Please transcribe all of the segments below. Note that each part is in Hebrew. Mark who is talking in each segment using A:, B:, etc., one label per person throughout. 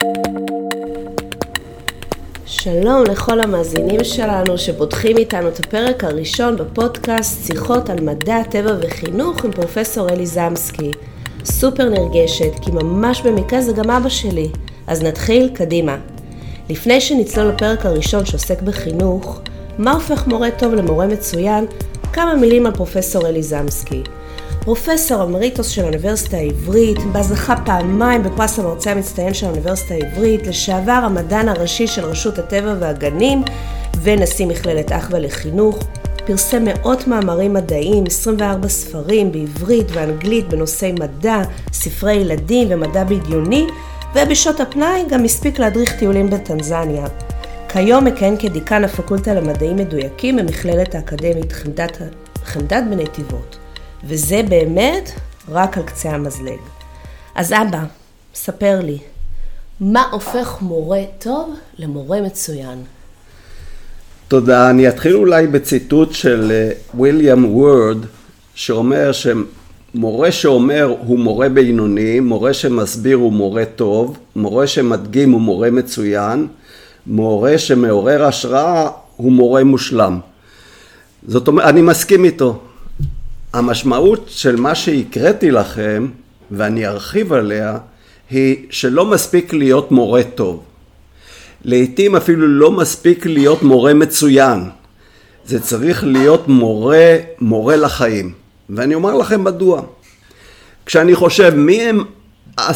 A: שלום לכל המאזינים שלנו שפותחים איתנו את הפרק הראשון בפודקאסט שיחות על מדע, טבע וחינוך עם פרופסור אלי זמסקי. סופר נרגשת, כי ממש במקרה זה גם אבא שלי. אז נתחיל קדימה. לפני שנצלול לפרק הראשון שעוסק בחינוך, מה הופך מורה טוב למורה מצוין? כמה מילים על פרופסור אלי זמסקי. פרופסור אמריטוס של האוניברסיטה העברית, בה זכה פעמיים בפרס המרצה המצטיין של האוניברסיטה העברית, לשעבר המדען הראשי של רשות הטבע והגנים ונשיא מכללת אחווה לחינוך, פרסם מאות מאמרים מדעיים, 24 ספרים בעברית ואנגלית בנושאי מדע, ספרי ילדים ומדע בדיוני, ובשעות הפנאי גם הספיק להדריך טיולים בטנזניה. כיום מכהן כדיקן הפקולטה למדעים מדויקים במכללת האקדמית חמדת בנתיבות. וזה באמת רק על קצה המזלג. אז אבא, ספר לי, מה הופך מורה טוב למורה מצוין?
B: תודה. אני אתחיל אולי בציטוט של וויליאם וורד, שאומר שמורה שאומר הוא מורה בינוני, מורה שמסביר הוא מורה טוב, מורה שמדגים הוא מורה מצוין, מורה שמעורר השראה הוא מורה מושלם. זאת אומרת, אני מסכים איתו. המשמעות של מה שהקראתי לכם, ואני ארחיב עליה, היא שלא מספיק להיות מורה טוב. לעתים אפילו לא מספיק להיות מורה מצוין. זה צריך להיות מורה לחיים. ואני אומר לכם מדוע. כשאני חושב מי הם 10%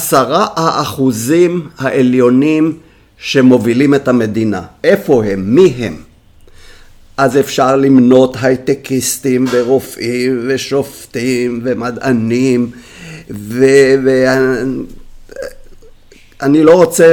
B: העליונים שמובילים את המדינה, איפה הם, מי הם? אז אפשר למנות הייטקיסטים ורופאים ושופטים ומדענים, ואני לא רוצה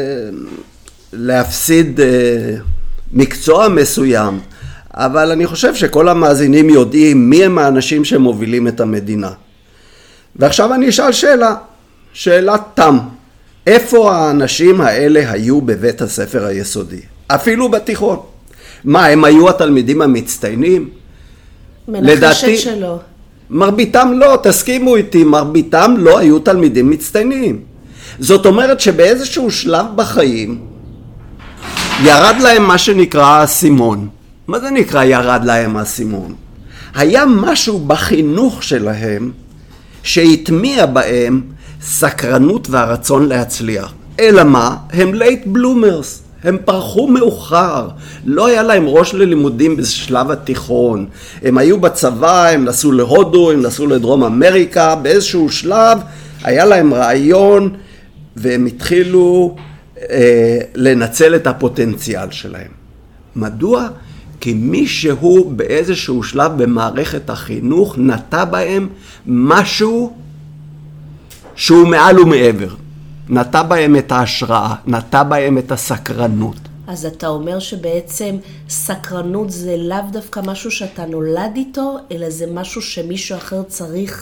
B: להפסיד מקצוע מסוים, אבל אני חושב שכל המאזינים יודעים מי הם האנשים שמובילים את המדינה. ועכשיו אני אשאל שאלת תם. איפה האנשים האלה היו בבית הספר היסודי? אפילו בתיכון. מה, הם היו התלמידים המצטיינים?
A: מנחשת שלא.
B: מרביתם לא, תסכימו איתי, מרביתם לא היו תלמידים מצטיינים. זאת אומרת שבאיזשהו שלב בחיים ירד להם מה שנקרא האסימון. מה זה נקרא ירד להם האסימון? היה משהו בחינוך שלהם שהטמיע בהם סקרנות והרצון להצליח. אלא מה? הם late bloomers. הם פרחו מאוחר, לא היה להם ראש ללימודים בשלב התיכון. הם היו בצבא, הם נסעו להודו, הם נסעו לדרום אמריקה, באיזשהו שלב היה להם רעיון, והם התחילו לנצל את הפוטנציאל שלהם. מדוע? כי מישהו באיזשהו שלב במערכת החינוך נטע בהם משהו שהוא מעל ומעבר. נטע בהם את ההשראה, נטע בהם את הסקרנות.
A: אז אתה אומר שבעצם סקרנות זה לאו דווקא משהו שאתה נולד איתו, אלא זה משהו שמישהו אחר צריך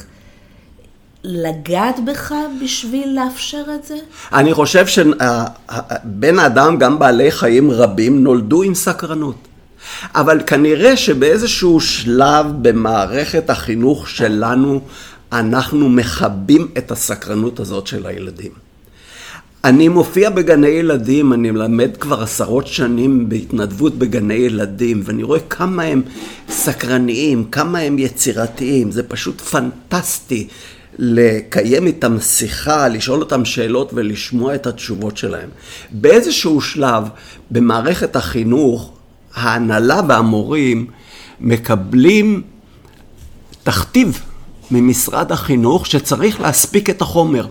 A: לגעת בך בשביל לאפשר את זה?
B: אני חושב שבן אדם, גם בעלי חיים רבים, נולדו עם סקרנות. אבל כנראה שבאיזשהו שלב במערכת החינוך שלנו, אנחנו מחבים את הסקרנות הזאת של הילדים. אני מופיע בגני ילדים, אני מלמד כבר 10 שנים בהתנדבות בגני ילדים, ואני רואה כמה הם סקרניים, כמה הם יצירתיים. זה פשוט פנטסטי לקיים איתם שיחה, לשאול אותם שאלות ולשמוע את התשובות שלהם. באיזשהו שלב במערכת החינוך, ההנהלה והמורים מקבלים תכתיב ממשרד החינוך שצריך להספיק את החומר.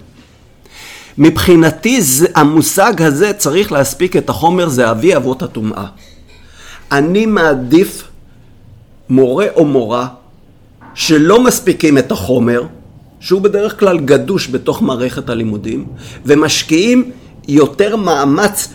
B: מבחינתי המושג הזה צריך להספיק את החומר, זה אבי אבות הטומאה. אני מעדיף מורה או מורה שלא מספיקים את החומר, שהוא בדרך כלל גדוש בתוך מערכת הלימודים, ומשקיעים יותר מאמץ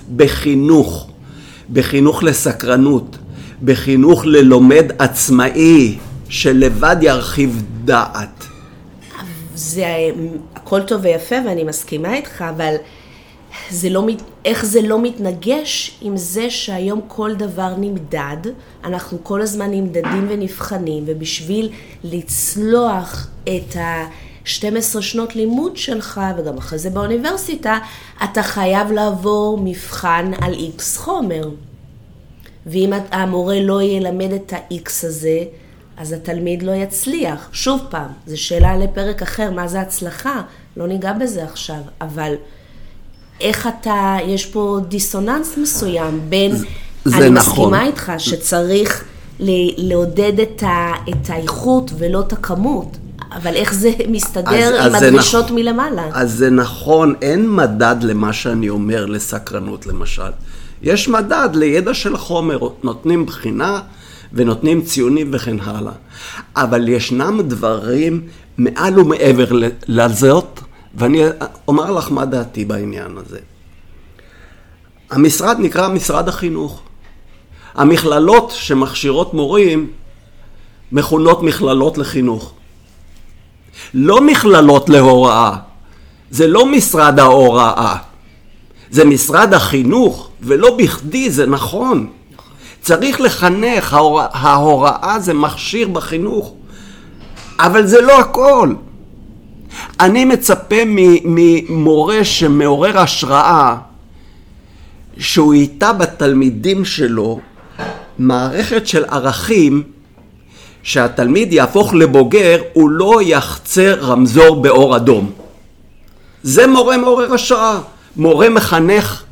B: בחינוך לסקרנות, בחינוך ללומד עצמאי, שלבד ירחיב דעת.
A: זה הכל טוב ויפה ואני מסכימה איתך, אבל איך זה לא מתנגש עם זה שהיום כל דבר נמדד, אנחנו כל הזמן נמדדים ונבחנים, ובשביל לצלוח את 12 שנות לימוד שלך, וגם אחרי זה באוניברסיטה, אתה חייב לעבור מבחן על X חומר. ואם המורה לא ילמד את ה-X הזה, אז התלמיד לא יצליח. שוב פעם, זו שאלה לפרק אחר, מה זה הצלחה? לא ניגע בזה עכשיו, אבל איך יש פה דיסוננס מסוים בין, אני מסכימה איתך שצריך לעודד את האיכות ולא את הכמות, אבל איך זה מסתדר עם הדרישות מלמעלה?
B: אז זה נכון, אין מדד למה שאני אומר לסקרנות למשל. יש מדד לידע של חומר, נותנים בחינה ונותנים ציונים וכן הלאה. אבל ישנם דברים מעל ומעבר לזאת, ואני אומר לך מה דעתי בעניין הזה. המשרד נקרא משרד החינוך. המכללות שמכשירות מורים מכונות מכללות לחינוך. לא מכללות להוראה. זה לא משרד ההוראה. זה משרד החינוך, ולא בכדי, זה נכון. צריך לחנך, ההוראה זה מכשיר בחינוך. אבל זה לא הכל. אני מצפה ממורה שמעורר השראה, שהוא איתה בתלמידים שלו, מערכת של ערכים, שהתלמיד יהפוך לבוגר, הוא לא יחצה רמזור באור אדום. זה מורה מעורר השראה. מורה מחנך,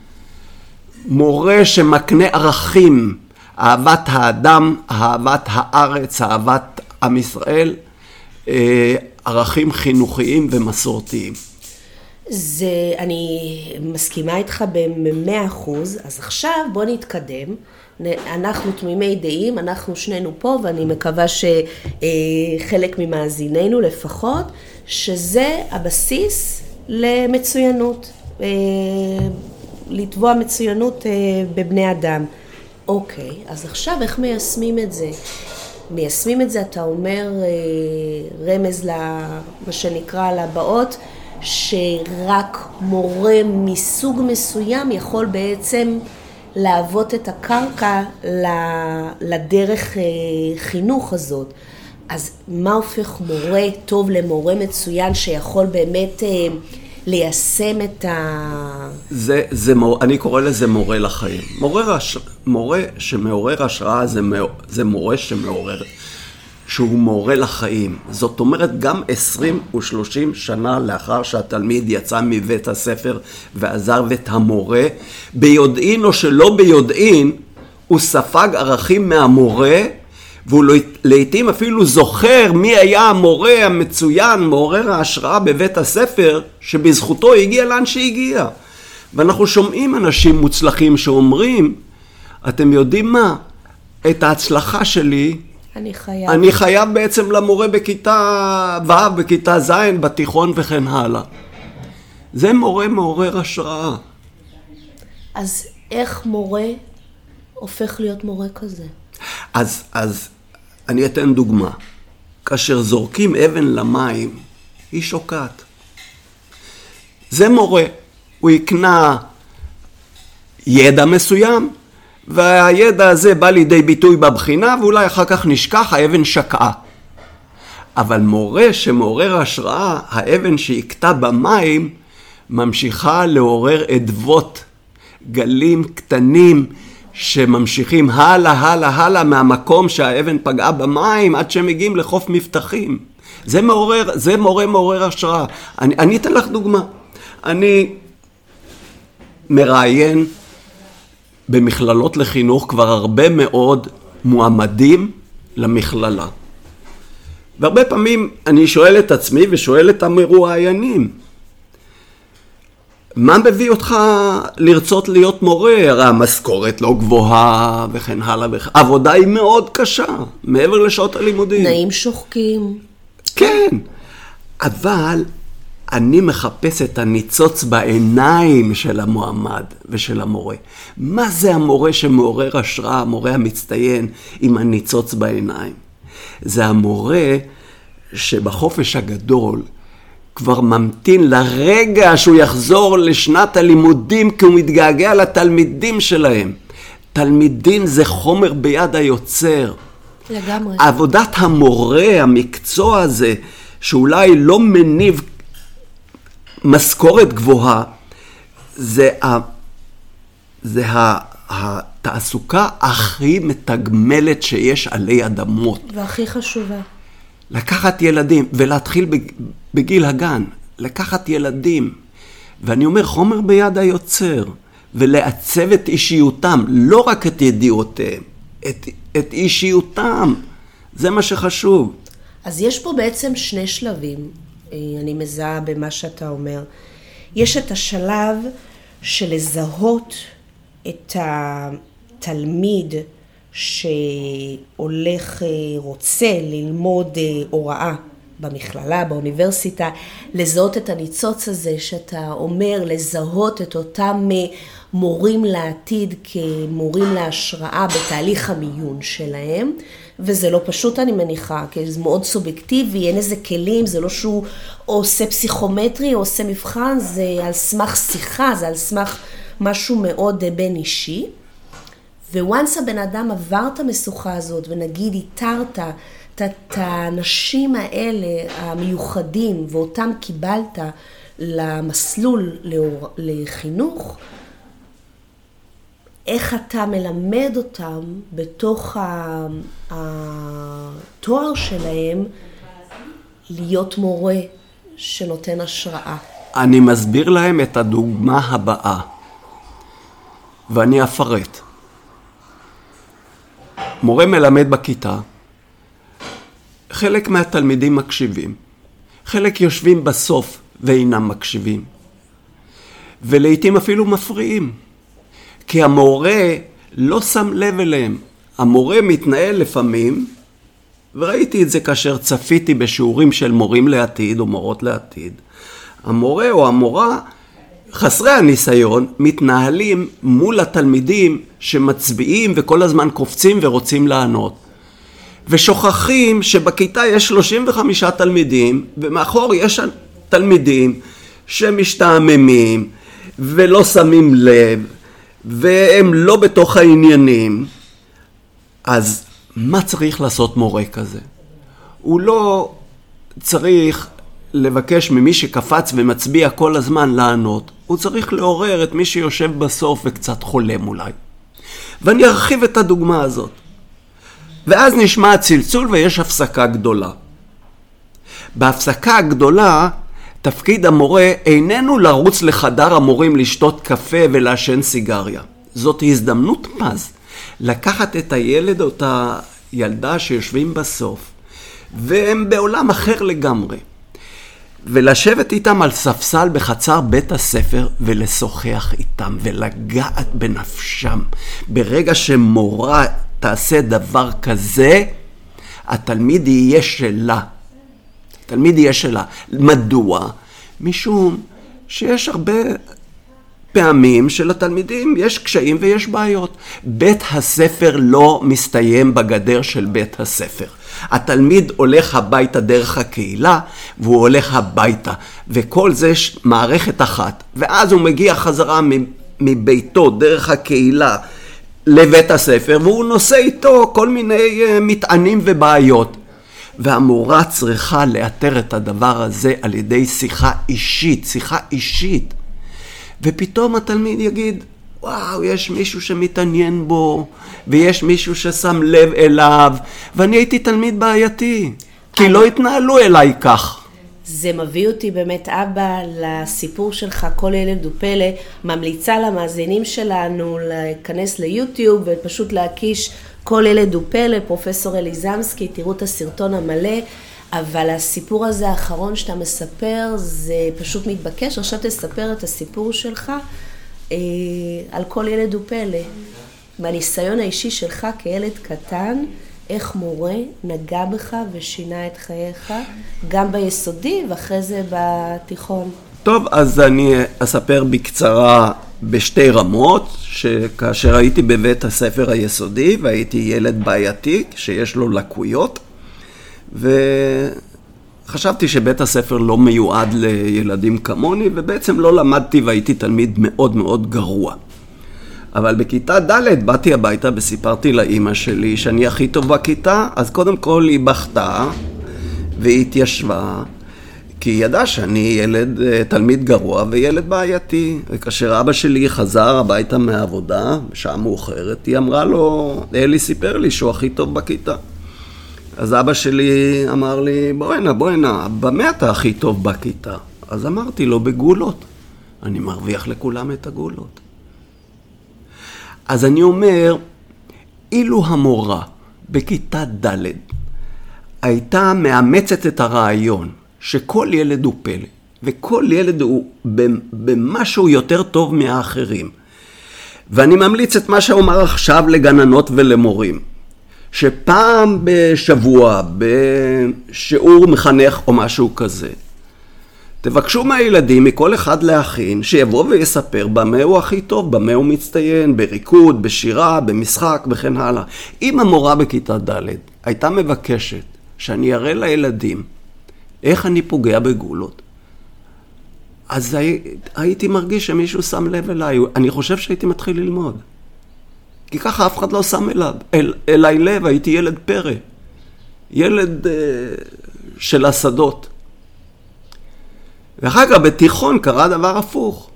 B: מורה שמקנה ערכים, אהבת האדם, אהבת הארץ, אהבת עם ישראל, ערכים חינוכיים ומסורתיים.
A: אני מסכימה איתך ב100%, אז עכשיו בוא נתקדם. אנחנו תמימי דעים, אנחנו שנינו פה, ואני מקווה שחלק ממאזיננו לפחות, שזה הבסיס למצוינות, לתבוע מצוינות בבני אדם. אוקיי, אז עכשיו איך מיישמים את זה? מיישמים את זה, אתה אומר, רמז למה שנקרא לבאות, שרק מורה מסוג מסוים יכול בעצם להוות את הקרקע לדרך חינוך הזאת. אז מה הופך מורה טוב למורה מצוין שיכול באמת ליישם את
B: אני קורא לזה מורה לחיים. מורה שמעורר השראה זה מורה שהוא מורה לחיים. זאת אומרת, גם 20 ו-30 שנה לאחר שהתלמיד יצא מבית הספר ועזר את המורה, ביודעין או שלא ביודעין, הוא ספג ערכים מהמורה, והוא לעתים אפילו זוכר מי היה המורה המצוין, מעורר ההשראה בבית הספר, שבזכותו הגיע לאן שהגיע. ואנחנו שומעים אנשים מוצלחים אתם יודעים מה? את ההצלחה שלי, אני חייב בעצם למורה בכיתה ו', בכיתה ז', בתיכון וכן הלאה. זה מורה מעורר השראה.
A: אז איך מורה הופך להיות מורה כזה?
B: אז אני אתן דוגמה. כאשר זורקים אבן למים, היא שוקעת. זה מורה. הוא יקנה ידע מסוים, והידע הזה בא לידי ביטוי בבחינה, ואולי אחר כך נשכח, האבן שקעה. אבל מורה שמעורר השראה, האבן שיקטע במים, ממשיכה לעורר אדוות, גלים קטנים, שממשיכים הלאה מהמקום שהאבן פגעה במים, עד שהם מגיעים לחוף מבטחים. זה מורה מעורר השראה. אני אתן לך דוגמה. אני מראיין במכללות לחינוך כבר הרבה מאוד מועמדים למכללה. והרבה פעמים אני שואל את עצמי ושואל את המרואיינים, מה מביא אותך לרצות להיות מורה? הרי המשכורת לא גבוהה וכן הלאה. עבודה היא מאוד קשה, מעבר לשעות הלימודים.
A: תנאים שוחקים.
B: כן, אבל אני מחפש את הניצוץ בעיניים של המועמד ושל המורה. מה זה המורה שמעורר השראה, המורה המצטיין עם הניצוץ בעיניים? זה המורה שבחופש הגדול כבר ממתין לרגע שהוא יחזור לשנת הלימודים, כי הוא מתגעגע לתלמידים שלהם. תלמידים זה חומר ביד היוצר.
A: לגמרי.
B: עבודת המורה, המקצוע הזה, שאולי לא מניב משכורת גבוהה, זה התעסוקה הכי מתגמלת שיש עלי אדמות.
A: והכי חשובה.
B: לקחת ילדים, ולהתחיל בגיל הגן, לקחת ילדים, ואני אומר חומר ביד היוצר, ולעצב את אישיותם, לא רק את ידיעותיהם, את אישיותם, זה מה שחשוב.
A: אז יש פה בעצם שני שלבים, אני מזהה במה שאתה אומר. יש את השלב של לזהות את התלמיד שהולך, רוצה ללמוד הוראה במכללה, באוניברסיטה, לזהות את הניצוץ הזה שאתה אומר, לזהות את אותם מורים לעתיד כמורים להשראה בתהליך המיון שלהם, וזה לא פשוט אני מניחה, כי זה מאוד סובייקטיבי, אין איזה כלים, זה לא שהוא עושה פסיכומטרי או עושה מבחן, זה על סמך שיחה, זה על סמך משהו מאוד בין אישי. וואנס הבן אדם עבר את המשוכה הזאת, ונגיד איתרת את האנשים האלה המיוחדים, ואותם קיבלת למסלול לחינוך, איך אתה מלמד אותם בתוך התואר שלהם להיות מורה שנותן השראה.
B: אני מסביר להם את הדוגמה הבאה, ואני אפרט. מורה מלמד בכיתה, חלק מהתלמידים מקשיבים, חלק יושבים בסוף ואינם מקשיבים, ולעיתים אפילו מפריעים, כי המורה לא שם לב אליהם. המורה מתנהל לפעמים, וראיתי את זה כאשר צפיתי בשיעורים של מורים לעתיד או מורות לעתיד. המורה או המורה חסרי הניסיון מתנהלים מול התלמידים שמצביעים וכל הזמן קופצים ורוצים לענות. ושוכחים שבכיתה יש 35 תלמידים, ומאחור יש תלמידים שמשתעממים ולא שמים לב, והם לא בתוך העניינים. אז מה צריך לעשות מורה כזה? הוא לא צריך לבקש ממי שקפץ ומצביע כל הזמן לענות. הוא צריך לעורר את מי שיושב בסוף וקצת חולם אולי. ואני ארחיב את הדוגמה הזאת. ואז נשמע הצלצול ויש הפסקה גדולה. בהפסקה הגדולה, תפקיד המורה איננו לרוץ לחדר המורים לשתות קפה ולעשן סיגריה. זאת הזדמנות פז לקחת את הילד או את הילדה שיושבים בסוף, והם בעולם אחר לגמרי, ולשבת איתם על ספסל בחצר בית הספר ולשוחח איתם ולגעת בנפשם. ברגע שמורה תעשה דבר כזה, התלמיד יהיה שלה. תלמיד יהיה שלה. מדוע? משום שיש הרבה פעמים שלתלמידים יש קשיים ויש בעיות. בית הספר לא מסתיים בגדר של בית הספר. התלמיד הולך הביתה דרך הקהילה, והוא הולך הביתה, וכל זה מערכת אחת. ואז הוא מגיע חזרה מביתו דרך הקהילה לבית הספר, והוא נושא איתו כל מיני מטענים ובעיות. והמורה צריכה לאתר את הדבר הזה על ידי שיחה אישית. ופתאום התלמיד יגיד, וואו, יש מישהו שמתעניין בו, ויש מישהו ששם לב אליו, ואני הייתי תלמיד בעייתי, כי לא התנהלו אליי כך.
A: זה מביא אותי באמת, אבא, לסיפור שלך, כל ילד ופלא. ממליצה למאזינים שלנו להיכנס ליוטיוב ופשוט להקיש כל ילד ופלא, פרופסור אלי זמסקי, תראו את הסרטון המלא. אבל הסיפור הזה האחרון שאתה מספר, זה פשוט מתבקש. עכשיו תספר את הסיפור שלך על כל ילד ופלא. מהניסיון האישי שלך כילד קטן, איך מורה נגע בך ושינה את חייך, גם ביסודי ואחרי זה בתיכון.
B: טוב, אז אני אספר בקצרה בשתי רמות, שכאשר הייתי בבית הספר היסודי והייתי ילד בעייתי שיש לו לקויות, וחשבתי שבית הספר לא מיועד לילדים כמוני, ובעצם לא למדתי והייתי תלמיד מאוד מאוד גרוע. אבל בכיתה ד' באתי הביתה וסיפרתי לאמא שלי שאני הכי טוב בכיתה, אז קודם כל היא בכתה, והיא התיישבה, כי היא ידעה שאני תלמיד גרוע וילד בעייתי. וכאשר אבא שלי חזר הביתה מהעבודה, בשעה מאוחרת, היא אמרה לו, אלי סיפר לי שהוא הכי טוב בכיתה. אז אבא שלי אמר לי, בוא הנה, במה אתה הכי טוב בכיתה? אז אמרתי לו, בגולות. אני מרוויח לכולם את הגולות. אז אני אומר, אילו המורה בכיתה ד' הייתה מאמצת את הרעיון שכל ילד הוא פלא, וכל ילד הוא במשהו יותר טוב מהאחרים. ואני ממליץ את מה שאומר עכשיו לגננות ולמורים, שפעם בשבוע, בשיעור מחנך או משהו כזה, תבקשו מהילדים, מכל אחד להכין, שיבוא ויספר במה הוא הכי טוב, במה הוא מצטיין, בריקוד, בשירה, במשחק וכן הלאה. אם המורה בכיתה ד' הייתה מבקשת שאני אראה לילדים איך אני פוגע בגולות, אז הייתי מרגיש שמישהו שם לב אליי. אני חושב שהייתי מתחיל ללמוד. כי ככה אף אחד לא שם אליי לב, הייתי ילד פרא. ילד של השדות. ואחר כך בתיכון קרה דבר הפוך.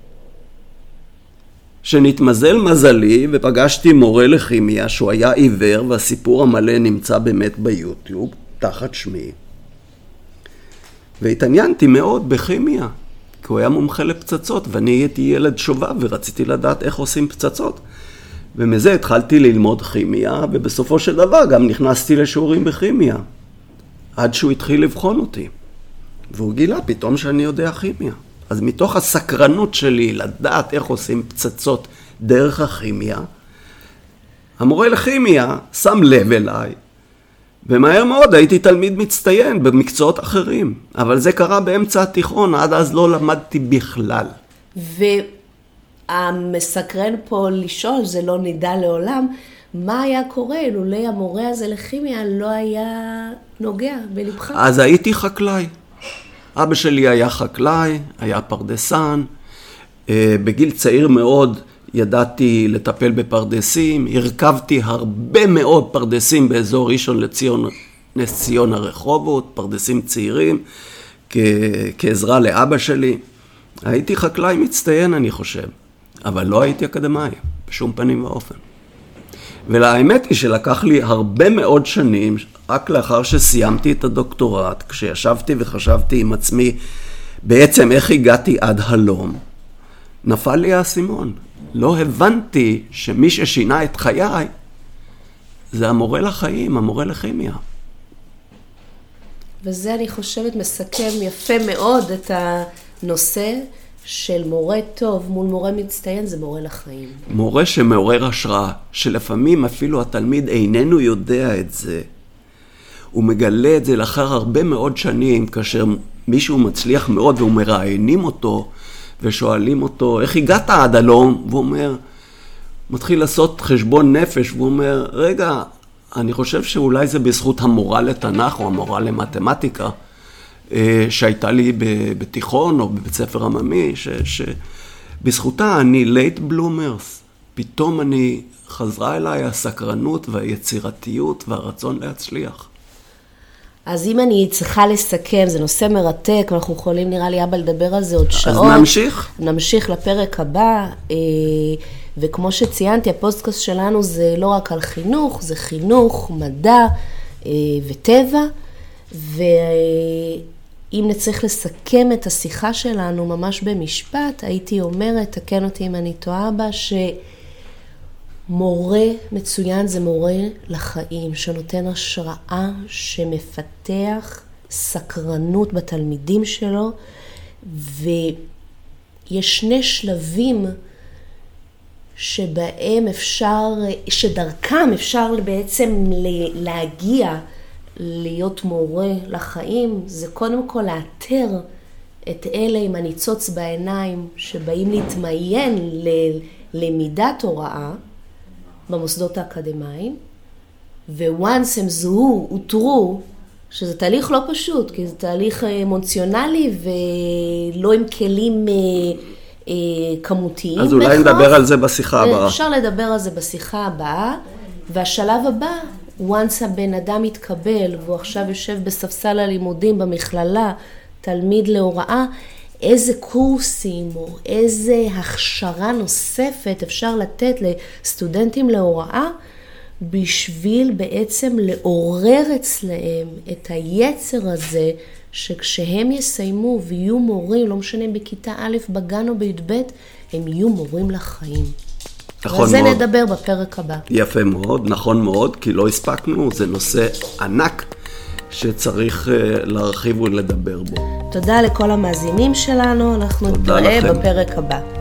B: שנתמזל מזלי ופגשתי מורה לכימיה שהוא היה עיוור, והסיפור המלא נמצא באמת ביוטיוב, תחת שמי. והתעניינתי מאוד בכימיה, כי הוא היה מומחה לפצצות, ואני הייתי ילד שובב ורציתי לדעת איך עושים פצצות. ומזה התחלתי ללמוד כימיה, ובסופו של דבר גם נכנסתי לשיעורים בכימיה, עד שהוא התחיל לבחון אותי. והוא גילה פתאום שאני יודע כימיה. אז מתוך הסקרנות שלי לדעת איך עושים פצצות דרך הכימיה, המורה לכימיה שם לב אליי, ומהר מאוד הייתי תלמיד מצטיין במקצועות אחרים. אבל זה קרה באמצע התיכון, עד אז לא למדתי בכלל.
A: והמסקרן פה לשאול, זה לא נדע לעולם, מה היה קורה אילולא המורה הזה לכימיה לא היה נוגע בלבך?
B: אז הייתי חקלאי. אבא שלי היה חקלאי, היה פרדסן. בגיל צעיר מאוד ידעתי לטפל בפרדסים. הרכבתי הרבה מאוד פרדסים באזור ראשון לציון, נס ציונה רחובות, פרדסים צעירים, כעזרה לאבא שלי. הייתי חקלאי מצטיין, אני חושב, אבל לא הייתי אקדמאי, בשום פנים ואופן. ולאמת היא שלקח לי הרבה מאוד שנים, רק לאחר שסיימתי את הדוקטורט, כשישבתי וחשבתי עם עצמי, בעצם איך הגעתי עד הלום, נפל לי האסימון. לא הבנתי שמי ששינה את חיי, זה המורה לחיים, המורה לכימיה.
A: וזה אני חושבת מסכם יפה מאוד את הנושא של מורה טוב מול מורה מצטיין, זה מורה לחיים.
B: מורה שמעורר השראה, שלפעמים אפילו התלמיד איננו יודע את זה. הוא מגלה את זה לאחר הרבה מאוד שנים, כאשר מישהו מצליח מאוד והוא מראיינים אותו, ושואלים אותו, איך הגעת עד הלום? והוא אומר, מתחיל לעשות חשבון נפש, והוא אומר, רגע, אני חושב שאולי זה בזכות המורה לתנ"ך או המורה למתמטיקה, שהייתה לי בתיכון או בבית ספר עממי, שבזכותה אני late bloomers. פתאום חזרה אליי הסקרנות והיצירתיות והרצון להצליח.
A: אז אם אני צריכה לסכם, זה נושא מרתק, ואנחנו יכולים נראה לי אבא לדבר על זה עוד שעות.
B: אז נמשיך.
A: נמשיך לפרק הבא, וכמו שציינתי, הפודקאסט שלנו זה לא רק על חינוך, זה חינוך, מדע וטבע, ואם נצטרך לסכם את השיחה שלנו ממש במשפט, הייתי אומרת, תקן אותי אם אני טועה בה, מורה מצוין זה מורה לחיים, שנותן השראה, שמפתח סקרנות בתלמידים שלו, ויש שני שלבים שבהם שדרכם אפשר בעצם להגיע להיות מורה לחיים. זה קודם כל לאתר את אלה עם הניצוץ בעיניים שבאים להתמיין ללמידת הוראה, במוסדות האקדמיים, וואנס הם זוהו, אותרו, שזה תהליך לא פשוט, כי זה תהליך אמוציונלי ולא עם כלים כמותיים.
B: אז אולי נדבר על זה בשיחה הבאה.
A: אפשר לדבר על זה בשיחה הבאה, והשלב הבא once הבן אדם התקבל, והוא עכשיו יושב בספסל הלימודים במכללה, תלמיד להוראה, איזה קורסים או איזה הכשרה נוספת אפשר לתת לסטודנטים להוראה, בשביל בעצם לעורר אצלהם את היצר הזה, שכשהם יסיימו ויהיו מורים, לא משנה בכיתה א', בגן או בי"ב, הם יהיו מורים לחיים.
B: נכון
A: וזה
B: מאוד.
A: נדבר בפרק הבא.
B: יפה מאוד, נכון מאוד, כי לא הספקנו, זה נושא ענק שצריך להרחיב ולדבר בו.
A: תודה לכל המאזינים שלנו, אנחנו נתראה בפרק הבא.